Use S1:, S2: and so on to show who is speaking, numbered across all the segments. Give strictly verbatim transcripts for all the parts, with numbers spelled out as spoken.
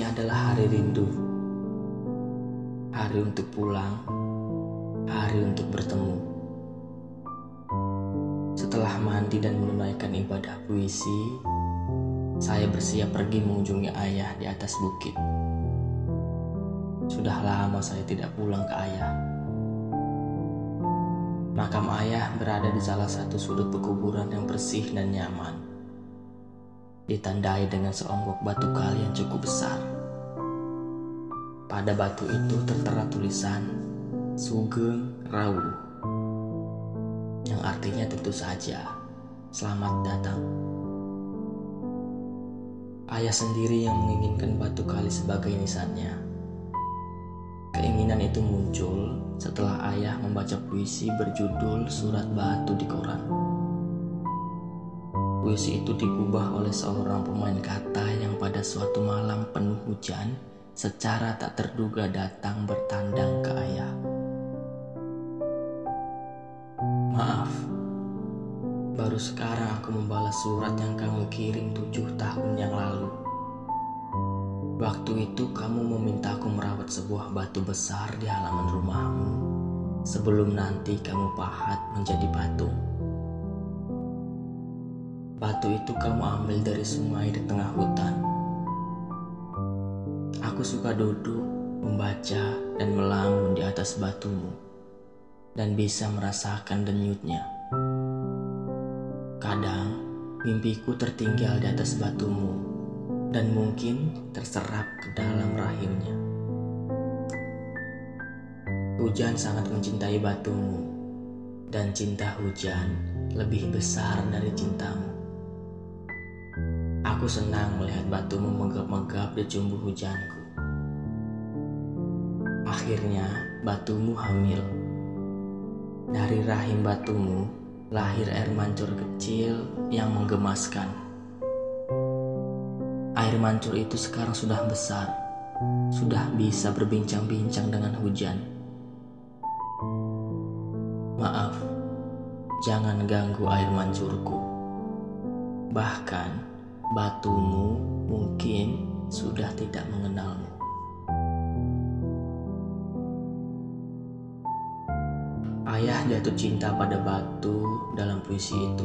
S1: adalah hari rindu, hari untuk pulang, hari untuk bertemu. Setelah mandi dan menunaikan ibadah puisi, saya bersiap pergi mengunjungi ayah di atas bukit. Sudah lama saya tidak pulang ke ayah. Makam ayah berada di salah satu sudut pekuburan yang bersih dan nyaman, ditandai dengan seonggok batu kali yang cukup besar. Pada batu itu tertera tulisan Sugeng Rawu, yang artinya tentu saja selamat datang. Ayah sendiri yang menginginkan batu kali sebagai nisannya. Keinginan itu muncul setelah ayah membaca puisi berjudul Surat Batu di koran. Puisi itu digubah oleh seorang pemain kata yang pada suatu malam penuh hujan secara tak terduga datang bertandang ke ayah. Maaf, baru sekarang aku membalas surat yang kamu kirim tujuh tahun yang lalu. Waktu itu kamu memintaku merawat sebuah batu besar di halaman rumahmu sebelum nanti kamu pahat menjadi patung. Batu itu kamu ambil dari sungai di tengah hutan. Aku suka duduk, membaca, dan melamun di atas batumu, dan bisa merasakan denyutnya. Kadang, mimpiku tertinggal di atas batumu, dan mungkin terserap ke dalam rahimnya. Hujan sangat mencintai batumu, dan cinta hujan lebih besar dari cintamu. Aku senang melihat batumu menggap-menggap di cumbu hujanku. Akhirnya batumu hamil. Dari rahim batumu lahir air mancur kecil yang menggemaskan. Air mancur itu sekarang sudah besar, sudah bisa berbincang-bincang dengan hujan. Maaf, jangan ganggu air mancurku. Bahkan batumu mungkin sudah tidak mengenalmu. Ayah jatuh cinta pada batu dalam puisi itu.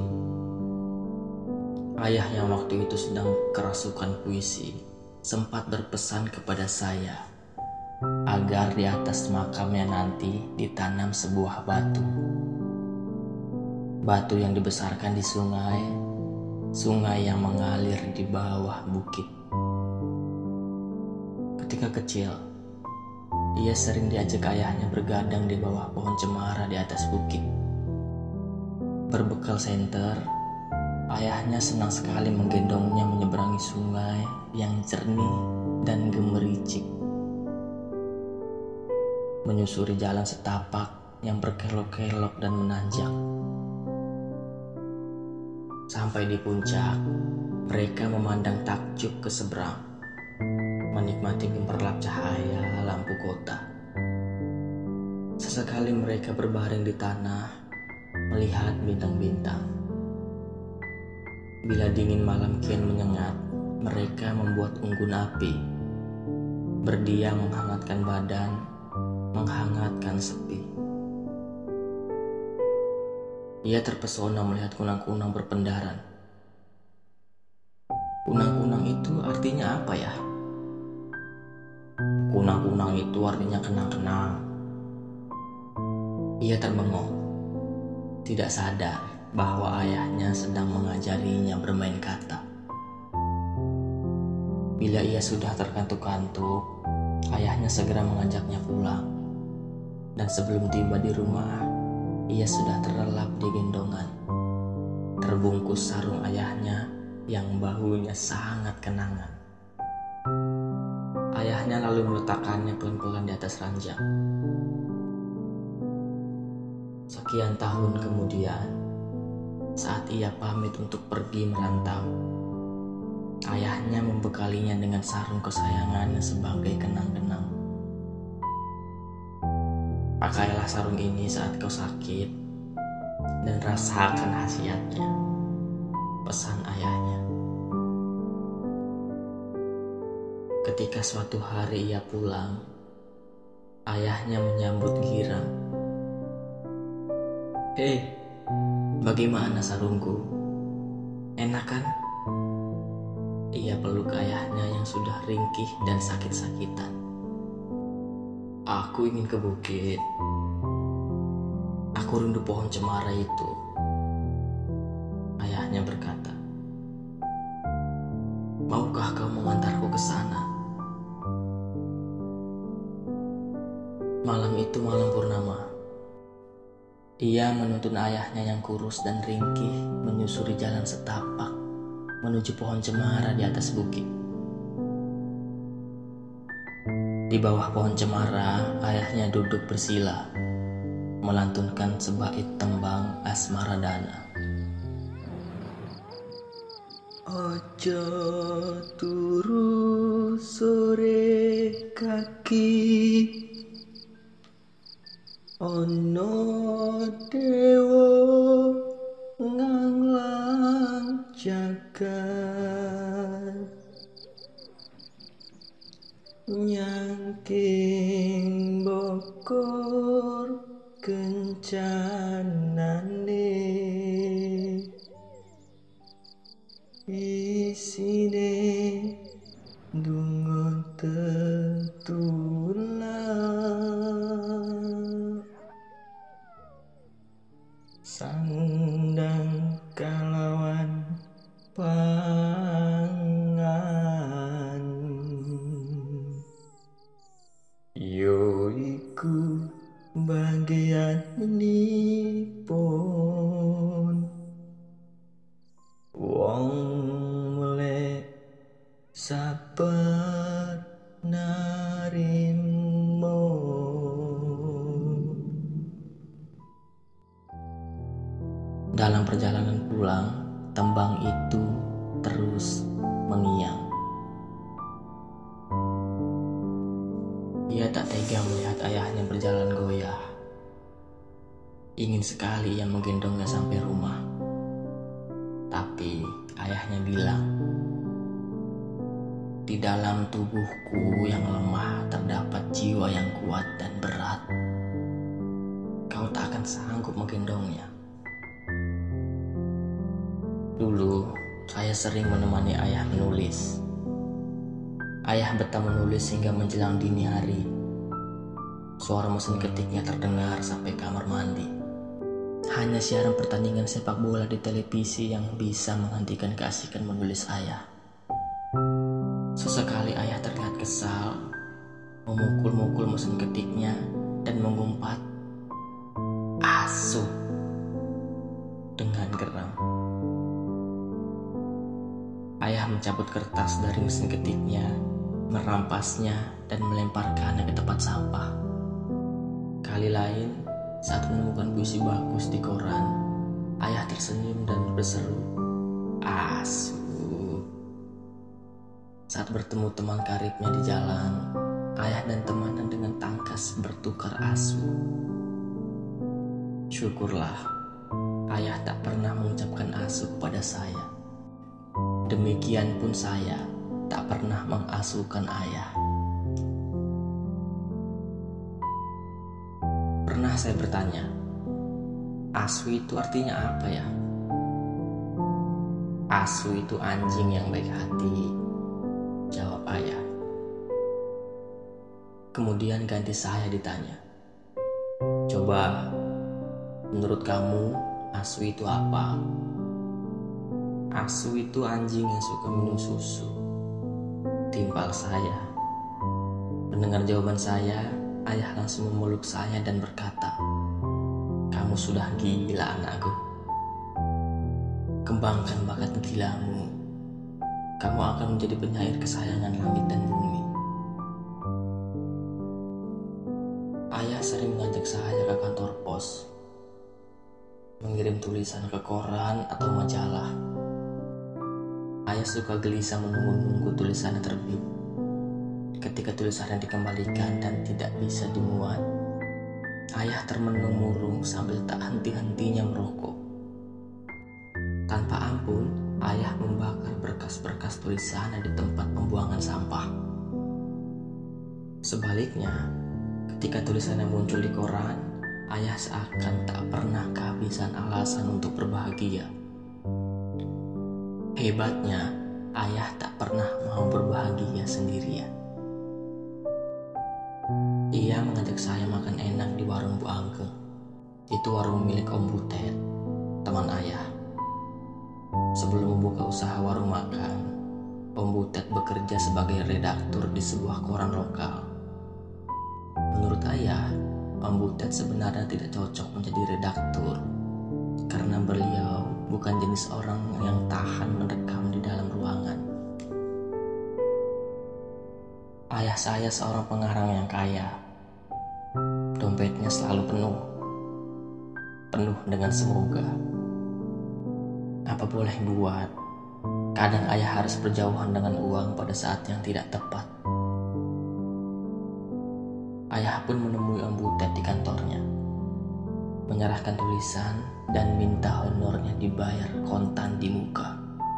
S1: Ayah yang waktu itu sedang kerasukan puisi sempat berpesan kepada saya agar di atas makamnya nanti ditanam sebuah batu. Batu yang dibesarkan di sungai, sungai yang mengalir di bawah bukit. Ketika kecil, ia sering diajak ayahnya bergadang di bawah pohon cemara di atas bukit. Berbekal senter, ayahnya senang sekali menggendongnya menyeberangi sungai yang jernih dan gemericik, menyusuri jalan setapak yang berkelok-kelok dan menanjak. Sampai di puncak, mereka memandang takjub ke seberang, menikmati gemerlap cahaya lampu kota. Sesekali mereka berbaring di tanah, melihat bintang-bintang. Bila dingin malam kian menyengat, mereka membuat unggun api, berdiam menghangatkan badan, menghangatkan sepi. Ia terpesona melihat kunang-kunang berpendaran. Kunang-kunang itu artinya apa ya? Kunang-kunang itu artinya kenang-kenang. Ia terbengong, tidak sadar bahwa ayahnya sedang mengajarinya bermain kata. Bila ia sudah terkantuk-kantuk, ayahnya segera mengajaknya pulang. Dan sebelum tiba di rumah, ia sudah terlelap di gendongan, terbungkus sarung ayahnya yang bahunya sangat kenangan. Ayahnya lalu meletakkannya pelan-pelan di atas ranjang. Sekian tahun kemudian, saat ia pamit untuk pergi merantau, ayahnya membekalinya dengan sarung kesayangannya sebagai kenang-kenang. Pakailah sarung ini saat kau sakit dan rasakan khasiatnya, pesan ayahnya. Ketika suatu hari ia pulang, ayahnya menyambut girang. "Hei, bagaimana sarungku? Enak kan?" Ia peluk ayahnya yang sudah ringkih dan sakit-sakitan. "Aku ingin ke bukit. Aku rindu pohon cemara itu," ayahnya berkata. "Maukah kau mengantarku ke sana?" Malam itu malam purnama. Ia menuntun ayahnya yang kurus dan ringkih menyusuri jalan setapak menuju pohon cemara di atas bukit. Di bawah pohon cemara, ayahnya duduk bersila, melantunkan sebaik tembang Asmaradana.
S2: Ojo turu sore kaki, ono dewo nganglang jagat, nyangking bokor kencanane, isine dungo tetulak, sandang kalawan pangan, yo iku bagianipun wong mulai sabar narimo.
S1: Dalam perjalanan pulang, tembang itu terus mengiang. Ia tak tega melihat ayahnya berjalan goyah. Ingin sekali ia menggendongnya sampai rumah. Tapi ayahnya bilang, "Di dalam tubuhku yang lemah terdapat jiwa yang kuat dan berat. Kau tak akan sanggup menggendongnya." Dulu, saya sering menemani ayah menulis. Ayah betah menulis hingga menjelang dini hari. Suara mesin ketiknya terdengar sampai kamar mandi. Hanya siaran pertandingan sepak bola di televisi yang bisa menghentikan keasikan menulis ayah. Sesekali ayah terlihat kesal, memukul-mukul mesin ketiknya dan mengumpat, "Asu," dengan geram. Ayah mencabut kertas dari mesin ketiknya, merampasnya, dan melemparkannya ke tempat sampah. Kali lain, saat menemukan puisi bagus di koran, ayah tersenyum dan berseru, "Asu." Saat bertemu teman karibnya di jalan, ayah dan temannya dengan tangkas bertukar asu. Syukurlah, ayah tak pernah mengucapkan asu kepada saya. Demikian pun saya tak pernah mengasuhkan ayah. Pernah saya bertanya, asu itu artinya apa ya? "Asu itu anjing yang baik hati," jawab ayah. Kemudian ganti saya ditanya, "Coba, menurut kamu asu itu apa?" "Asu itu anjing yang suka minum susu," timpal saya. Mendengar jawaban saya, ayah langsung memeluk saya dan berkata, "Kamu sudah gila, anakku. Kembangkan bakat gilamu. Kamu akan menjadi penyair kesayangan langit dan bumi." Ayah sering mengajak saya ke kantor pos, mengirim tulisan ke koran atau majalah. Ayah suka gelisah menunggu-nunggu tulisannya terbit. Ketika tulisannya dikembalikan dan tidak bisa dimuat, ayah termenung murung sambil tak henti-hentinya merokok. Tanpa ampun, ayah membakar berkas-berkas tulisannya di tempat pembuangan sampah. Sebaliknya, ketika tulisannya muncul di koran, ayah seakan tak pernah kehabisan alasan untuk berbahagia. Hebatnya, ayah tak pernah mau berbahagia sendirian. Ia mengajak saya makan enak di warung Bu Ageng. Itu warung milik Om Butet, teman ayah. Sebelum membuka usaha warung makan, Om Butet bekerja sebagai redaktur di sebuah koran lokal. Menurut ayah, Om Butet sebenarnya tidak cocok menjadi redaktur karena beliau bukan jenis orang yang tahan mendekam di dalam ruangan. Ayah saya seorang pengarang yang kaya. Dompetnya selalu penuh. Penuh dengan semoga. Apa boleh buat, kadang ayah harus berjauhan dengan uang pada saat yang tidak tepat. Ayah pun menemui Om Butet di kantornya, menyerahkan tulisan dan minta honornya dibayar kontan di muka.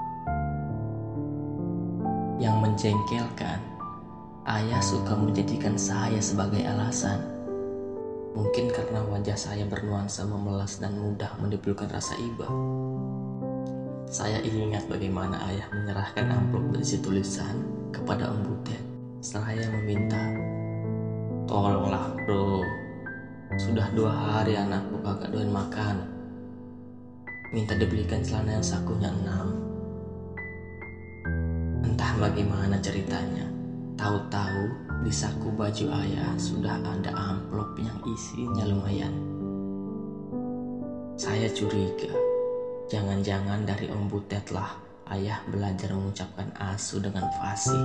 S1: Yang menjengkelkan, ayah suka menjadikan saya sebagai alasan. Mungkin karena wajah saya bernuansa memelas dan mudah menimbulkan rasa iba. Saya ingat bagaimana ayah menyerahkan amplop berisi tulisan kepada Om Butet. Saya meminta, "Tolonglah bro, sudah dua hari anakku kagak doyan makan. Minta dibelikan celana yang sakunya enam." Entah bagaimana ceritanya, tahu-tahu di saku baju ayah sudah ada amplop yang isinya lumayan. Saya curiga, jangan-jangan dari Om Butet lah ayah belajar mengucapkan asu dengan fasih.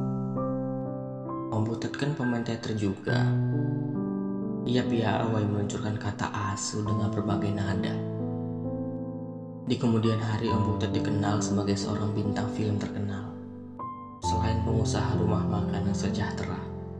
S1: Om Butet kan pemain teater juga. Ia piawai meluncurkan kata asu dengan berbagai nada. Di kemudian hari Om Butet dikenal sebagai seorang bintang film terkenal, selain pengusaha rumah makan yang sejahtera.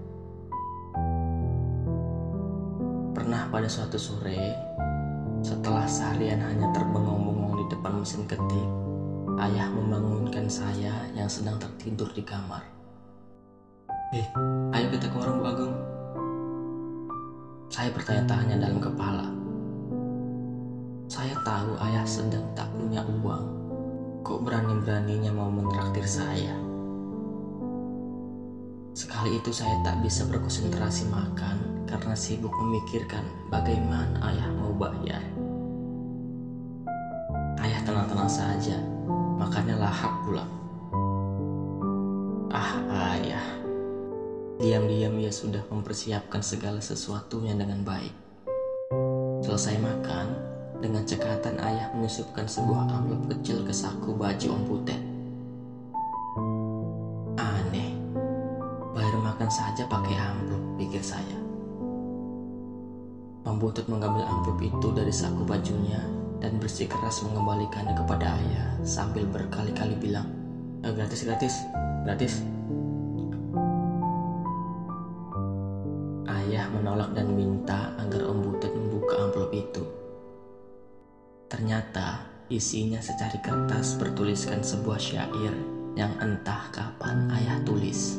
S1: Pernah pada suatu sore, setelah seharian hanya terbengong-bengong di depan mesin ketik, ayah membangunkan saya yang sedang tertidur di kamar. "Eh, ayo kita ke warung Bu Ageng." Saya bertanya-tanya dalam kepala. Saya tahu ayah sedang tak punya uang. Kok berani-beraninya mau menraktir saya? Sekali itu saya tak bisa berkonsentrasi makan karena sibuk memikirkan bagaimana ayah mau bayar. Ayah tenang-tenang saja, makannya lahap pula. Ah ayah, diam-diam ia sudah mempersiapkan segala sesuatunya dengan baik. Selesai makan, dengan cekatan ayah menyusupkan sebuah amplop kecil ke saku baju Om Butet. Aneh, bayar makan saja pakai amplop, pikir saya. Om Butet mengambil amplop itu dari saku bajunya dan bersikeras mengembalikannya kepada ayah sambil berkali-kali bilang, e, gratis, gratis, gratis. Ayah menolak dan minta agar Om Butet membuka amplop itu. Ternyata isinya secari kertas bertuliskan sebuah syair yang entah kapan ayah tulis.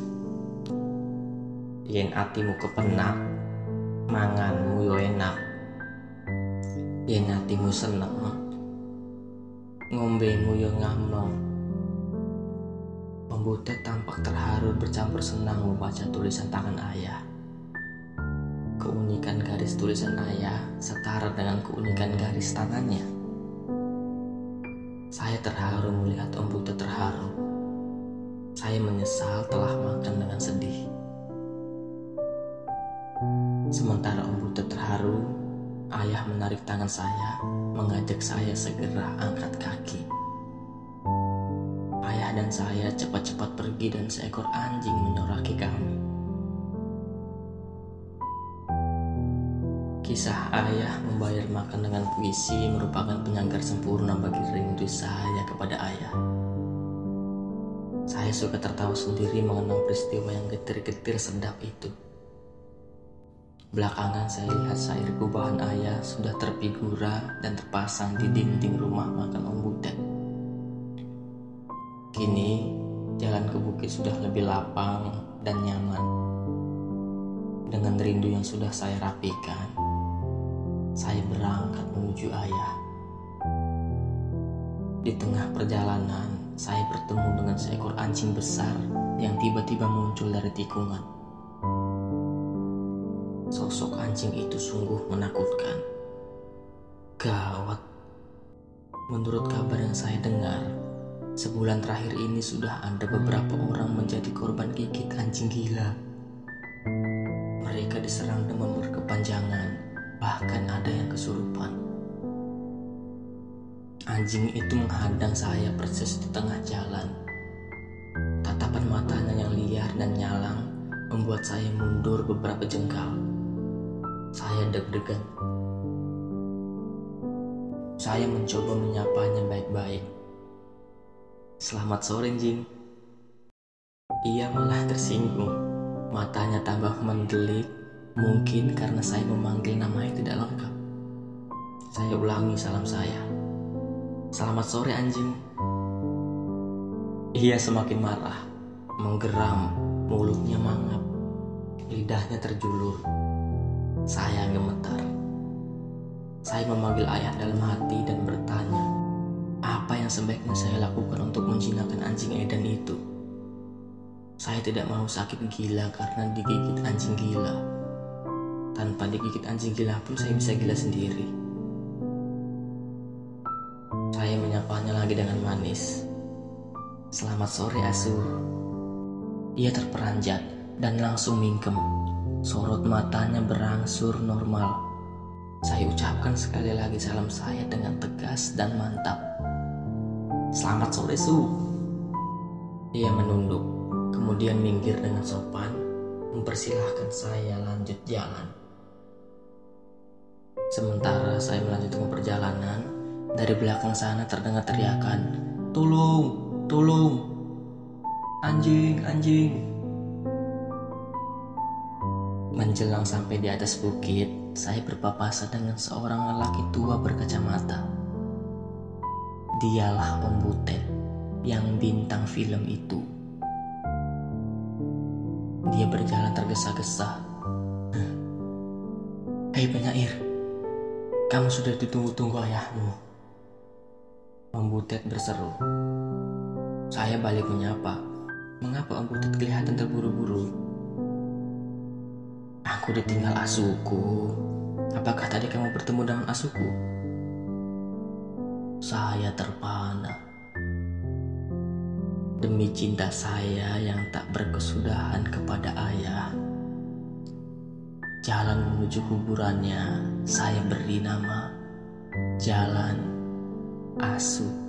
S1: "Yen atimu kepenak, manganmu yo enak. Yen atimu seneng, ngombemu yo ngamong." Om Butet tampak terharu bercampur senang membaca tulisan tangan ayah. Keunikan garis tulisan ayah setara dengan keunikan garis tangannya. Saya terharu melihat Om Butet terharu. Saya menyesal telah makan dengan sedih. Sementara Om Butet terharu, ayah menarik tangan saya, mengajak saya segera angkat kaki. Ayah dan saya cepat-cepat pergi dan seekor anjing menyoraki kami. Kisah ayah membayar makan dengan puisi merupakan penyanggar sempurna bagi rindu saya kepada ayah. Saya suka tertawa sendiri mengenang peristiwa yang getir-getir sedap itu. Belakangan saya lihat syair gubahan ayah sudah terfigura dan terpasang di dinding rumah makan Om Butet. Kini jalan ke bukit sudah lebih lapang dan nyaman. Dengan rindu yang sudah saya rapikan, saya berangkat menuju ayah. Di tengah perjalanan, saya bertemu dengan seekor anjing besar yang tiba-tiba muncul dari tikungan. Sosok anjing itu sungguh menakutkan. Gawat. Menurut kabar yang saya dengar, sebulan terakhir ini sudah ada beberapa orang menjadi korban gigit anjing gila. Mereka diserang demam berkepanjangan, bahkan ada yang kesurupan. Anjing itu menghadang saya persis di tengah jalan. Tatapan matanya yang liar dan nyalang membuat saya mundur beberapa jengkal. Saya deg-degan. Saya mencoba menyapanya baik-baik. "Selamat sore, Jing." Ia malah tersinggung. Matanya tambah mendelik, mungkin karena saya memanggil namanya tidak lengkap. Saya ulangi salam saya. "Selamat sore, anjing." Ia semakin marah, menggeram, mulutnya mangap, lidahnya terjulur. Saya gemetar. Saya memanggil ayah dalam hati dan bertanya, apa yang sebaiknya saya lakukan untuk menjinakkan anjing edan itu? Saya tidak mau sakit gila karena digigit anjing gila. Tanpa digigit anjing gila pun saya bisa gila sendiri. Saya menyapanya lagi dengan manis. "Selamat sore, Asu." Ia terperanjat dan langsung mingkem. Sorot matanya berangsur normal. Saya ucapkan sekali lagi salam saya dengan tegas dan mantap. "Selamat sore, Su." Ia menunduk, kemudian minggir dengan sopan, mempersilahkan saya lanjut jalan. Sementara saya melanjutkan perjalanan, dari belakang sana terdengar teriakan, "Tolong, tolong, anjing, anjing." Menjelang sampai di atas bukit, saya berpapasan dengan seorang lelaki tua berkacamata. Dialah Om Butet yang bintang film itu. Dia berjalan tergesa-gesa. "Hei penyair, kamu sudah ditunggu-tunggu ayahmu." Om Butet berseru. Saya balik menyapa. "Mengapa Om Butet kelihatan terburu-buru?" "Aku ditinggal asuku. Apakah tadi kamu bertemu dengan asuku?" Saya terpana. Demi cinta saya yang tak berkesudahan kepada ayah, jalan menuju kuburannya saya beri nama Jalan Asu.